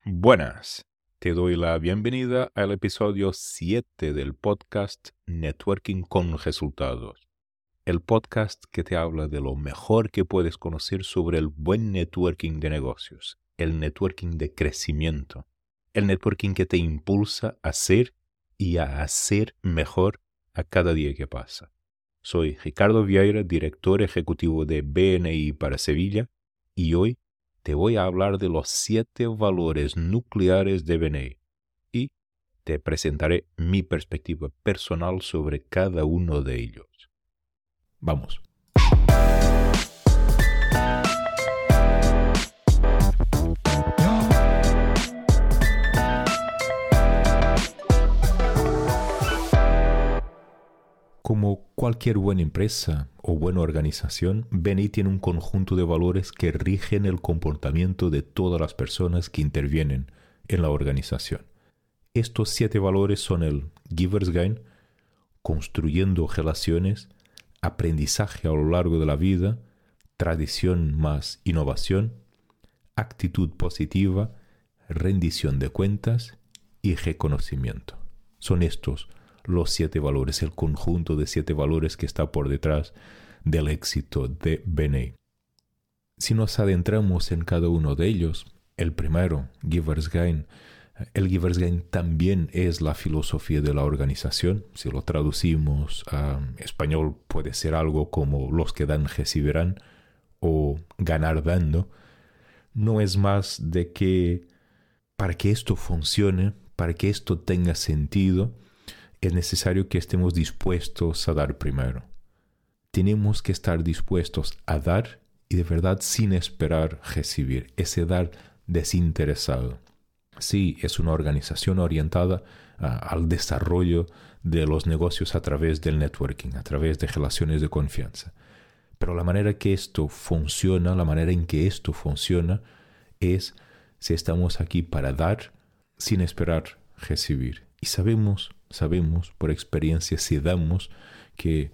Buenas, te doy la bienvenida al episodio 7 del podcast Networking con Resultados. El podcast que te habla de lo mejor que puedes conocer sobre el buen networking de negocios, el networking de crecimiento, el networking que te impulsa a ser y a hacer mejor a cada día que pasa. Soy Ricardo Vieira, director ejecutivo de BNI para Sevilla, y hoy te voy a hablar de los 7 valores nucleares de BNI y te presentaré mi perspectiva personal sobre cada uno de ellos. Vamos. Como cualquier buena empresa o buena organización, BNI tiene un conjunto de valores que rigen el comportamiento de todas las personas que intervienen en la organización. Estos 7 valores son el Giver's Gain, construyendo relaciones, aprendizaje a lo largo de la vida, tradición más innovación, actitud positiva, rendición de cuentas y reconocimiento. Son estos los 7 valores, el conjunto de 7 valores que está por detrás del éxito de BNI. Si nos adentramos en cada uno de ellos, el primero, Giver's Gain, el Giver's Gain también es la filosofía de la organización. Si lo traducimos a español puede ser algo como los que dan recibirán o ganar dando. No es más de que para que esto funcione, para que esto tenga sentido, es necesario que estemos dispuestos a dar primero. Tenemos que estar dispuestos a dar y de verdad sin esperar recibir, ese dar desinteresado. Sí, es una organización orientada al desarrollo de los negocios a través del networking, a través de relaciones de confianza. Pero la manera que esto funciona, la manera en que esto funciona es si estamos aquí para dar sin esperar recibir. Y sabemos por experiencia, si damos, que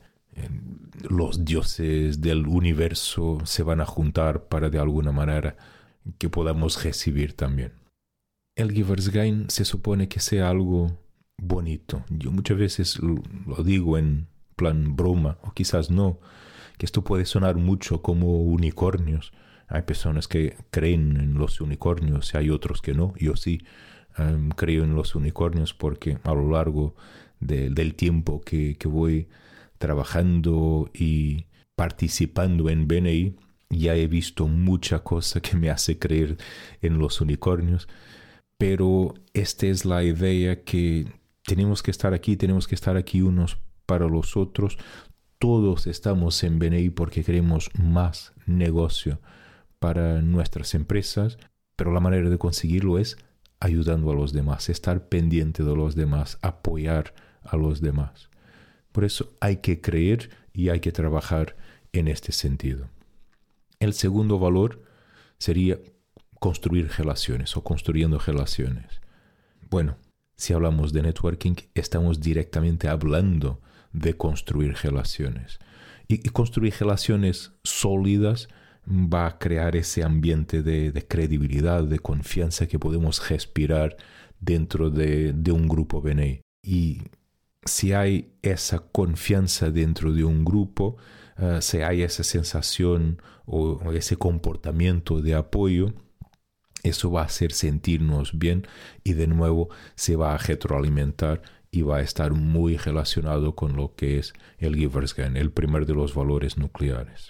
los dioses del universo se van a juntar para de alguna manera que podamos recibir también. El Giver's Gain se supone que sea algo bonito. Yo muchas veces lo digo en plan broma, o quizás no, que esto puede sonar mucho como unicornios. Hay personas que creen en los unicornios y hay otros que no. Yo sí creo en los unicornios porque a lo largo del tiempo que voy trabajando y participando en BNI, ya he visto mucha cosa que me hace creer en los unicornios. Pero esta es la idea que tenemos que estar aquí unos para los otros. Todos estamos en BNI porque queremos más negocio para nuestras empresas, pero la manera de conseguirlo es ayudando a los demás, estar pendiente de los demás, apoyar a los demás. Por eso hay que creer y hay que trabajar en este sentido. El segundo valor sería construir relaciones o construyendo relaciones. Bueno, si hablamos de networking, estamos directamente hablando de construir relaciones. Y construir relaciones sólidas va a crear ese ambiente de credibilidad, de confianza que podemos respirar dentro de un grupo BNI. Y si hay esa confianza dentro de un grupo, si hay esa sensación o ese comportamiento de apoyo, eso va a hacer sentirnos bien y de nuevo se va a retroalimentar y va a estar muy relacionado con lo que es el Giver's Gain, el primer de los valores nucleares.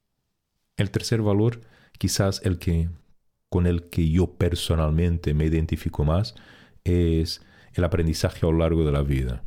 El tercer valor, quizás con el que yo personalmente me identifico más, es el aprendizaje a lo largo de la vida.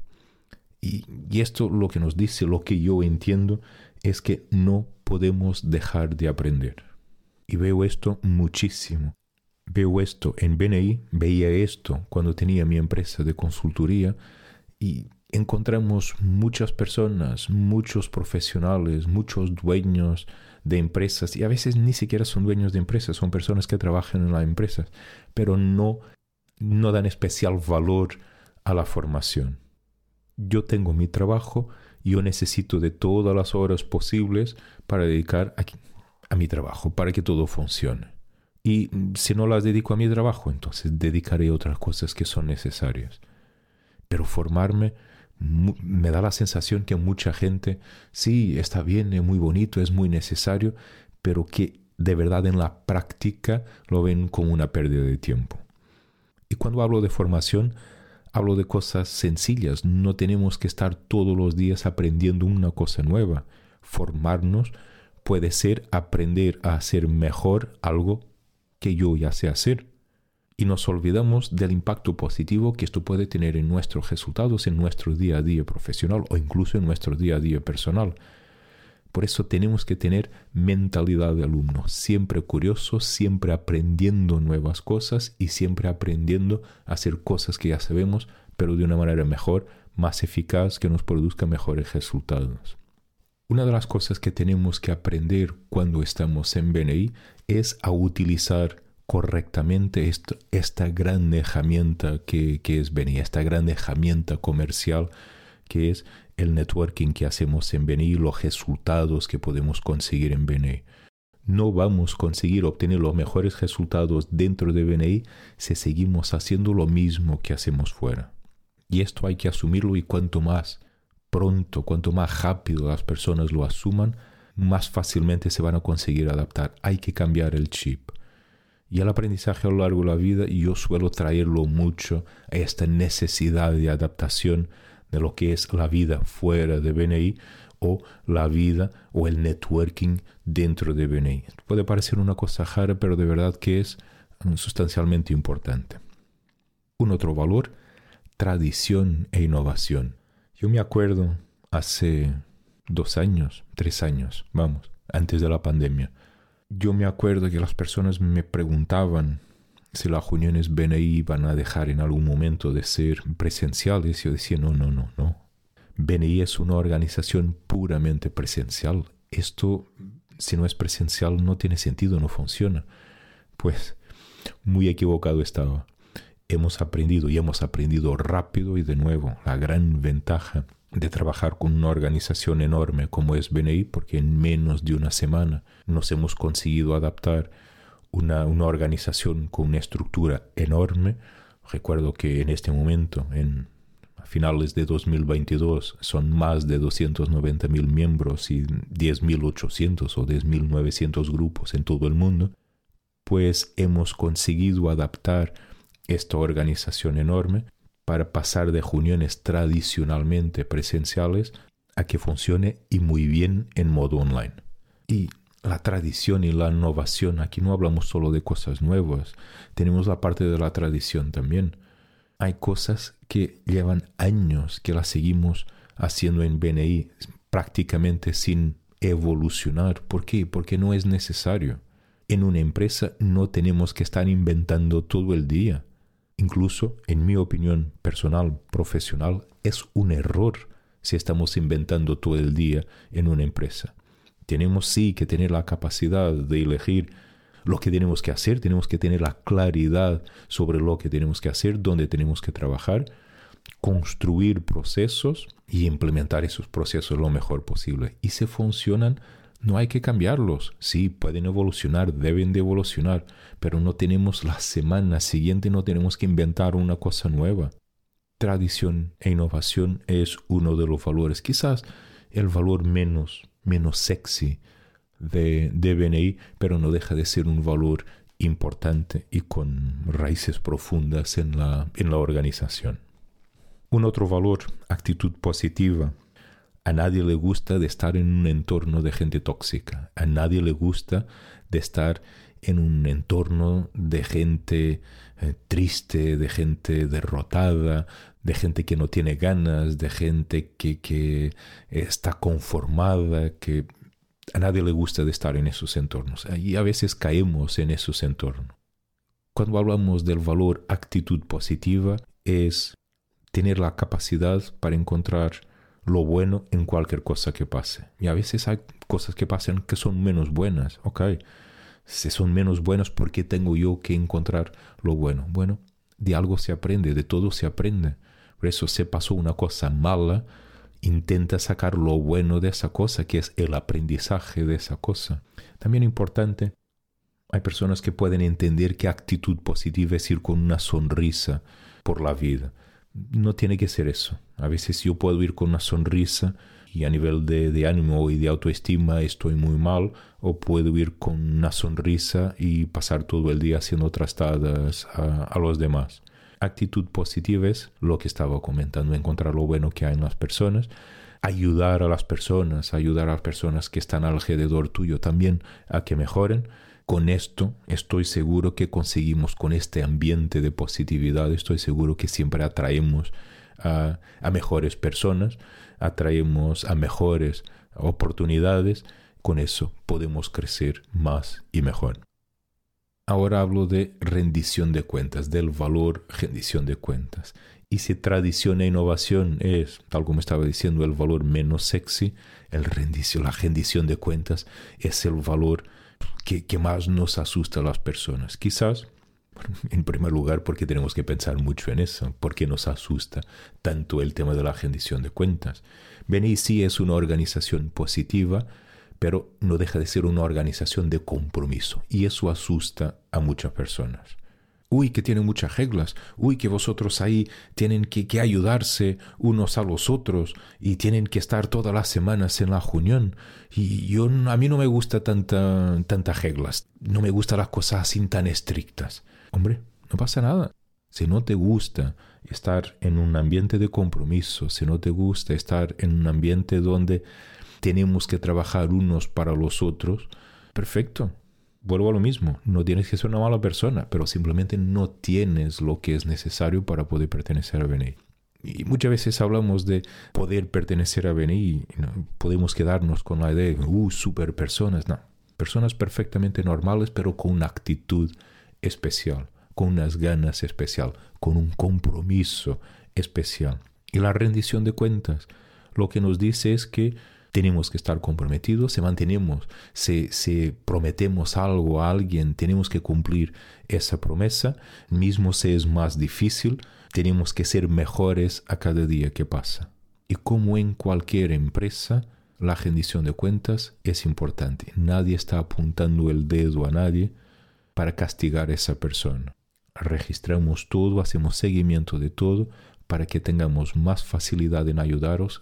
Y esto lo que nos dice, lo que yo entiendo, es que no podemos dejar de aprender. Y veo esto muchísimo. Veo esto en BNI, veía esto cuando tenía mi empresa de consultoría y encontramos muchas personas, muchos profesionales, muchos dueños de empresas y a veces ni siquiera son dueños de empresas, son personas que trabajan en las empresas, pero no dan especial valor a la formación. Yo tengo mi trabajo, yo necesito de todas las horas posibles para dedicar a mi trabajo, para que todo funcione. Y si no las dedico a mi trabajo, entonces dedicaré a otras cosas que son necesarias. Pero formarme me da la sensación que mucha gente, sí, está bien, es muy bonito, es muy necesario, pero que de verdad en la práctica lo ven como una pérdida de tiempo. Y cuando hablo de formación, hablo de cosas sencillas. No tenemos que estar todos los días aprendiendo una cosa nueva. Formarnos puede ser aprender a hacer mejor algo que yo ya sé hacer. Y nos olvidamos del impacto positivo que esto puede tener en nuestros resultados, en nuestro día a día profesional o incluso en nuestro día a día personal. Por eso tenemos que tener mentalidad de alumno, siempre curioso, siempre aprendiendo nuevas cosas y siempre aprendiendo a hacer cosas que ya sabemos, pero de una manera mejor, más eficaz, que nos produzca mejores resultados. Una de las cosas que tenemos que aprender cuando estamos en BNI es a utilizar correctamente esta gran herramienta que es BNI, esta gran herramienta comercial que es el networking que hacemos en BNI, los resultados que podemos conseguir en BNI. No vamos a conseguir obtener los mejores resultados dentro de BNI si seguimos haciendo lo mismo que hacemos fuera. Y esto hay que asumirlo, y cuanto más pronto, cuanto más rápido las personas lo asuman, más fácilmente se van a conseguir adaptar. Hay que cambiar el chip. Y el aprendizaje a lo largo de la vida, y yo suelo traerlo mucho a esta necesidad de adaptación de lo que es la vida fuera de BNI o la vida o el networking dentro de BNI. Puede parecer una cosa rara, pero de verdad que es sustancialmente importante. Un otro valor, tradición e innovación. Yo me acuerdo hace 2 años, 3 años, antes de la pandemia. Yo me acuerdo que las personas me preguntaban si las reuniones BNI iban a dejar en algún momento de ser presenciales. Yo decía, no. BNI es una organización puramente presencial. Esto, si no es presencial, no tiene sentido, no funciona. Pues muy equivocado estaba. Hemos aprendido rápido, y de nuevo, la gran ventaja de trabajar con una organización enorme como es BNI, porque en menos de una semana nos hemos conseguido adaptar una organización con una estructura enorme. Recuerdo que en este momento, a finales de 2022, son más de 290.000 miembros y 10.800 o 10.900 grupos en todo el mundo. Pues hemos conseguido adaptar esta organización enorme para pasar de reuniones tradicionalmente presenciales a que funcione y muy bien en modo online. Y la tradición y la innovación, aquí no hablamos solo de cosas nuevas, tenemos la parte de la tradición también. Hay cosas que llevan años que las seguimos haciendo en BNI prácticamente sin evolucionar. ¿Por qué? Porque no es necesario. En una empresa no tenemos que estar inventando todo el día. Incluso, en mi opinión personal, profesional, es un error si estamos inventando todo el día en una empresa. Tenemos sí que tener la capacidad de elegir lo que tenemos que hacer, tenemos que tener la claridad sobre lo que tenemos que hacer, dónde tenemos que trabajar, construir procesos y implementar esos procesos lo mejor posible. Y si funcionan, no hay que cambiarlos. Sí, pueden evolucionar, deben de evolucionar, pero no tenemos la semana siguiente, no tenemos que inventar una cosa nueva. Tradición e innovación es uno de los valores, quizás el valor menos sexy de BNI, pero no deja de ser un valor importante y con raíces profundas en la organización. Un otro valor, actitud positiva. A nadie le gusta de estar en un entorno de gente tóxica. A nadie le gusta de estar en un entorno de gente triste, de gente derrotada, de gente que no tiene ganas, de gente que está conformada, que a nadie le gusta de estar en esos entornos. Y a veces caemos en esos entornos. Cuando hablamos del valor actitud positiva, es tener la capacidad para encontrar lo bueno en cualquier cosa que pase. Y a veces hay cosas que pasan que son menos buenas. Ok, si son menos buenas, ¿por qué tengo yo que encontrar lo bueno? Bueno, de algo se aprende, de todo se aprende. Por eso, se pasó una cosa mala, intenta sacar lo bueno de esa cosa, que es el aprendizaje de esa cosa. También importante, Hay personas que pueden entender que actitud positiva es ir con una sonrisa por la vida. No tiene que ser eso. A veces yo puedo ir con una sonrisa y a nivel de ánimo y de autoestima estoy muy mal, o puedo ir con una sonrisa y pasar todo el día haciendo trastadas a los demás. Actitud positiva es lo que estaba comentando, encontrar lo bueno que hay en las personas, ayudar a las personas que están alrededor tuyo también a que mejoren. Con esto estoy seguro que conseguimos, con este ambiente de positividad, estoy seguro que siempre atraemos a mejores personas, atraemos a mejores oportunidades. Con eso podemos crecer más y mejor. Ahora hablo de rendición de cuentas, del valor rendición de cuentas. Y si tradición e innovación es, tal como estaba diciendo, el valor menos sexy, la rendición de cuentas es el valor que más nos asusta a las personas. Quizás, en primer lugar, porque tenemos que pensar mucho en eso, porque nos asusta tanto el tema de la rendición de cuentas. BNI sí es una organización positiva, pero no deja de ser una organización de compromiso, y eso asusta a muchas personas. Uy, que tienen muchas reglas. Uy, que vosotros ahí tienen que ayudarse unos a los otros y tienen que estar todas las semanas en la reunión. Y a mí no me gusta tantas reglas. No me gustan las cosas así tan estrictas. Hombre, no pasa nada. Si no te gusta estar en un ambiente de compromiso, si no te gusta estar en un ambiente donde tenemos que trabajar unos para los otros, perfecto. Vuelvo a lo mismo, no tienes que ser una mala persona, pero simplemente no tienes lo que es necesario para poder pertenecer a BNI. Y muchas veces hablamos de poder pertenecer a BNI y no podemos quedarnos con la idea de super personas. No, personas perfectamente normales, pero con una actitud especial, con unas ganas especial, con un compromiso especial. Y la rendición de cuentas lo que nos dice es que tenemos que estar comprometidos, si prometemos algo a alguien, tenemos que cumplir esa promesa, mismo si es más difícil, tenemos que ser mejores a cada día que pasa. Y como en cualquier empresa, la rendición de cuentas es importante. Nadie está apuntando el dedo a nadie para castigar a esa persona. Registramos todo, hacemos seguimiento de todo para que tengamos más facilidad en ayudaros,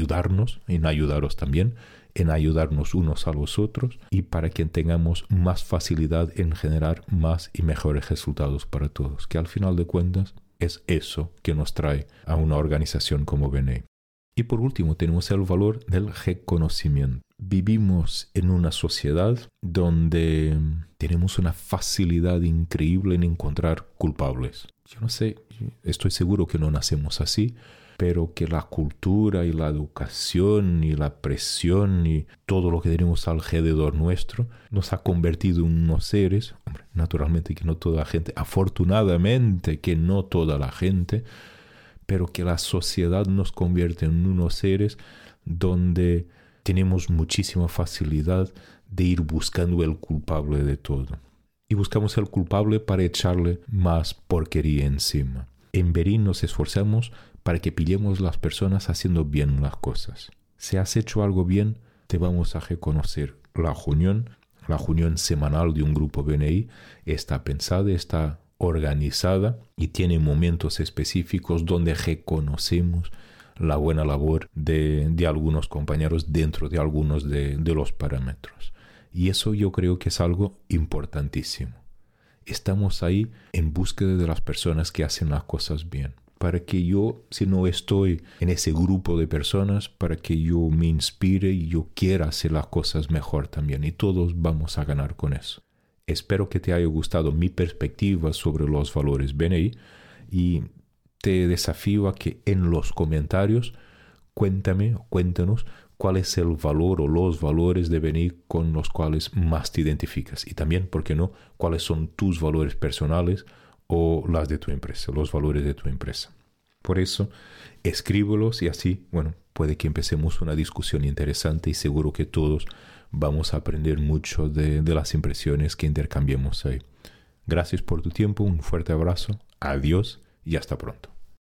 en ayudaros también, en ayudarnos unos a los otros, y para que tengamos más facilidad en generar más y mejores resultados para todos, que al final de cuentas es eso que nos trae a una organización como BNI. Y por último tenemos el valor del reconocimiento. Vivimos en una sociedad donde tenemos una facilidad increíble en encontrar culpables. Yo no sé, estoy seguro que no nacemos así, pero que la cultura y la educación y la presión y todo lo que tenemos alrededor nuestro nos ha convertido en unos seres, hombre, naturalmente que no toda la gente, afortunadamente que no toda la gente, pero que la sociedad nos convierte en unos seres donde tenemos muchísima facilidad de ir buscando el culpable de todo. Y buscamos el culpable para echarle más porquería encima. En BNI nos esforzamos para que pillemos las personas haciendo bien las cosas. Si has hecho algo bien, te vamos a reconocer. La reunión semanal de un grupo BNI está pensada, está organizada y tiene momentos específicos donde reconocemos la buena labor de algunos compañeros dentro de algunos de los parámetros. Y eso yo creo que es algo importantísimo. Estamos ahí en búsqueda de las personas que hacen las cosas bien. Para que yo, si no estoy en ese grupo de personas, para que yo me inspire y yo quiera hacer las cosas mejor también. Y todos vamos a ganar con eso. Espero que te haya gustado mi perspectiva sobre los valores BNI y te desafío a que en los comentarios cuéntanos cuál es el valor o los valores de BNI con los cuales más te identificas. Y también, ¿por qué no?, cuáles son tus valores personales o las de tu empresa, los valores de tu empresa. Por eso, escríbelos y así, puede que empecemos una discusión interesante y seguro que todos vamos a aprender mucho de las impresiones que intercambiemos ahí. Gracias por tu tiempo, un fuerte abrazo, adiós y hasta pronto.